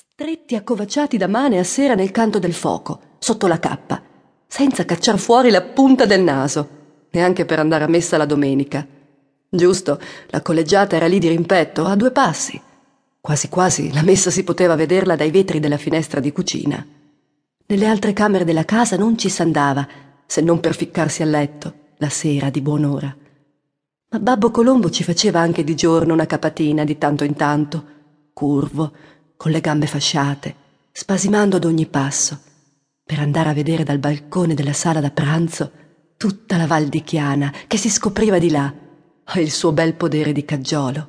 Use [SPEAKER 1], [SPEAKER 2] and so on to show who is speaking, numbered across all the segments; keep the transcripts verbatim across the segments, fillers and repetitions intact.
[SPEAKER 1] stretti accovacciati da mane a sera nel canto del fuoco, sotto la cappa, senza cacciar fuori la punta del naso, neanche per andare a messa la domenica. Giusto, la collegiata era lì di rimpetto, a due passi. Quasi quasi la messa si poteva vederla dai vetri della finestra di cucina. Nelle altre camere della casa non ci s'andava, se non per ficcarsi a letto, la sera di buon'ora. Ma Babbo Colombo ci faceva anche di giorno una capatina di tanto in tanto, curvo, con le gambe fasciate, spasimando ad ogni passo, per andare a vedere dal balcone della sala da pranzo tutta la Val di Chiana che si scopriva di là, e il suo bel podere di Caggiolo.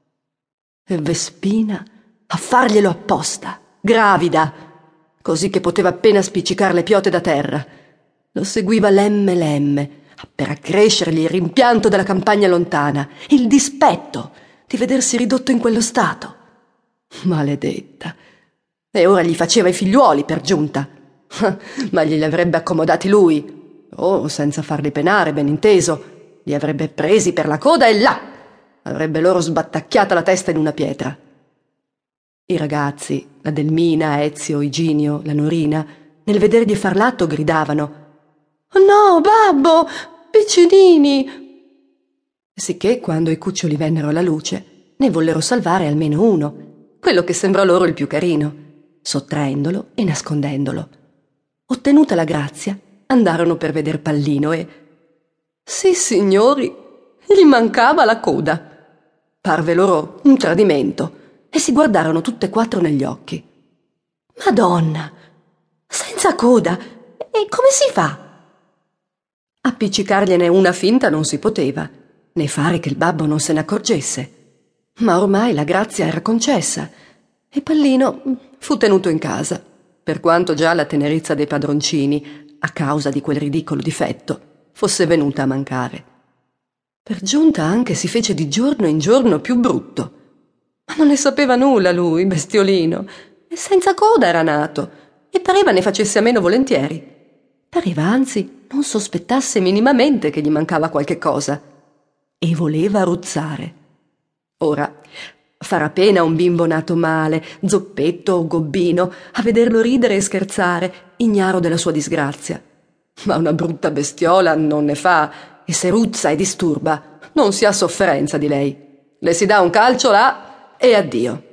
[SPEAKER 1] E Vespina a farglielo apposta, gravida, così che poteva appena spiccicare le piote da terra. Lo seguiva lemme lemme, per accrescergli il rimpianto della campagna lontana, il dispetto di vedersi ridotto in quello stato. Maledetta! E ora gli faceva i figliuoli per giunta. Ma glieli avrebbe accomodati lui, oh, senza farli penare, ben inteso. Li avrebbe presi per la coda e là! Avrebbe loro sbattacchiata la testa in una pietra. I ragazzi, la Delmina, Ezio, Iginio, la Norina, nel vedergli far l'atto gridavano: «Oh no, babbo! Piccinini!» Sicché, quando i cuccioli vennero alla luce, ne vollero salvare almeno uno, quello che sembrò loro il più carino, sottraendolo e nascondendolo. Ottenuta la grazia, andarono per veder Pallino e... sì, signori, gli mancava la coda. Parve loro un tradimento e si guardarono tutte e quattro negli occhi. «Madonna! Senza coda! E come si fa?» Appiccicargliene una finta non si poteva, né fare che il babbo non se ne accorgesse. Ma ormai la grazia era concessa e Pallino fu tenuto in casa, per quanto già la tenerezza dei padroncini, a causa di quel ridicolo difetto, fosse venuta a mancare. Per giunta anche si fece di giorno in giorno più brutto. Ma non ne sapeva nulla lui, bestiolino, e senza coda era nato, e pareva ne facesse a meno volentieri. Pareva anzi non sospettasse minimamente che gli mancava qualche cosa, e voleva ruzzare. Ora, farà pena un bimbo nato male, zoppetto o gobbino, a vederlo ridere e scherzare, ignaro della sua disgrazia. Ma una brutta bestiola non ne fa, e se ruzza e disturba, non si ha sofferenza di lei. Le si dà un calcio là e addio.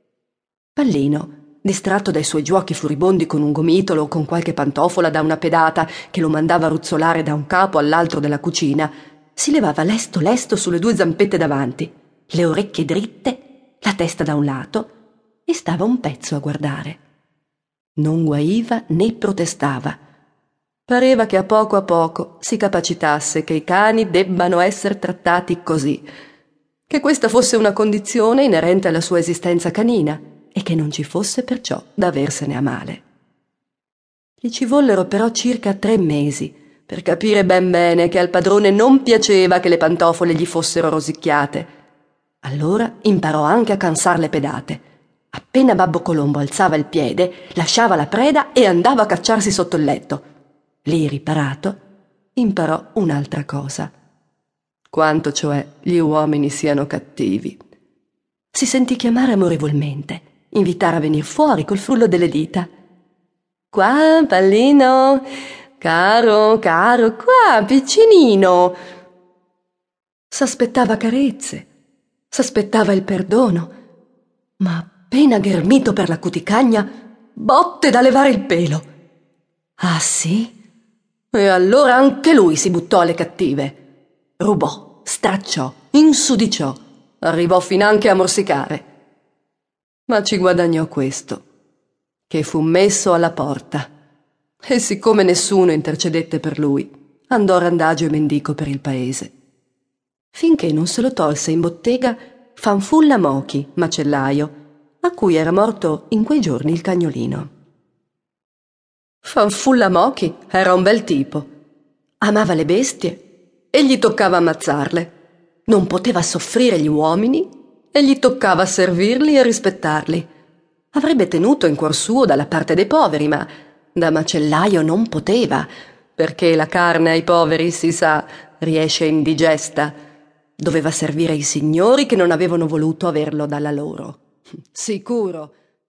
[SPEAKER 1] Pallino, distratto dai suoi giuochi furibondi con un gomitolo o con qualche pantofola da una pedata che lo mandava ruzzolare da un capo all'altro della cucina, si levava lesto lesto sulle due zampette davanti, le orecchie dritte, la testa da un lato, e stava un pezzo a guardare. Non guaiva né protestava. Pareva che a poco a poco si capacitasse che i cani debbano essere trattati così, che questa fosse una condizione inerente alla sua esistenza canina e che non ci fosse perciò da aversene a male. Gli ci vollero però circa tre mesi per capire ben bene che al padrone non piaceva che le pantofole gli fossero rosicchiate. Allora imparò anche a cansar le pedate. Appena Babbo Colombo alzava il piede, lasciava la preda e andava a cacciarsi sotto il letto. Lì riparato, imparò un'altra cosa. Quanto cioè gli uomini siano cattivi. Si sentì chiamare amorevolmente, invitare a venir fuori col frullo delle dita. «Qua, Pallino! Caro, caro, qua, piccinino!» S'aspettava carezze, s'aspettava il perdono, ma appena ghermito per la cuticagna, botte da levare il pelo. «Ah, sì?» E allora anche lui si buttò alle cattive. Rubò, stracciò, insudiciò, arrivò finanche a morsicare. Ma ci guadagnò questo, che fu messo alla porta, e siccome nessuno intercedette per lui, andò randagio e mendico per il paese, finché non se lo tolse in bottega Fanfulla Mochi, macellaio, a cui era morto in quei giorni il cagnolino. Fanfulla Mochi era un bel tipo. Amava le bestie e gli toccava ammazzarle. Non poteva soffrire gli uomini e gli toccava servirli e rispettarli. Avrebbe tenuto in cuor suo dalla parte dei poveri, ma da macellaio non poteva, perché la carne ai poveri, si sa, riesce indigesta. Doveva servire i signori che non avevano voluto averlo dalla loro. Sicuro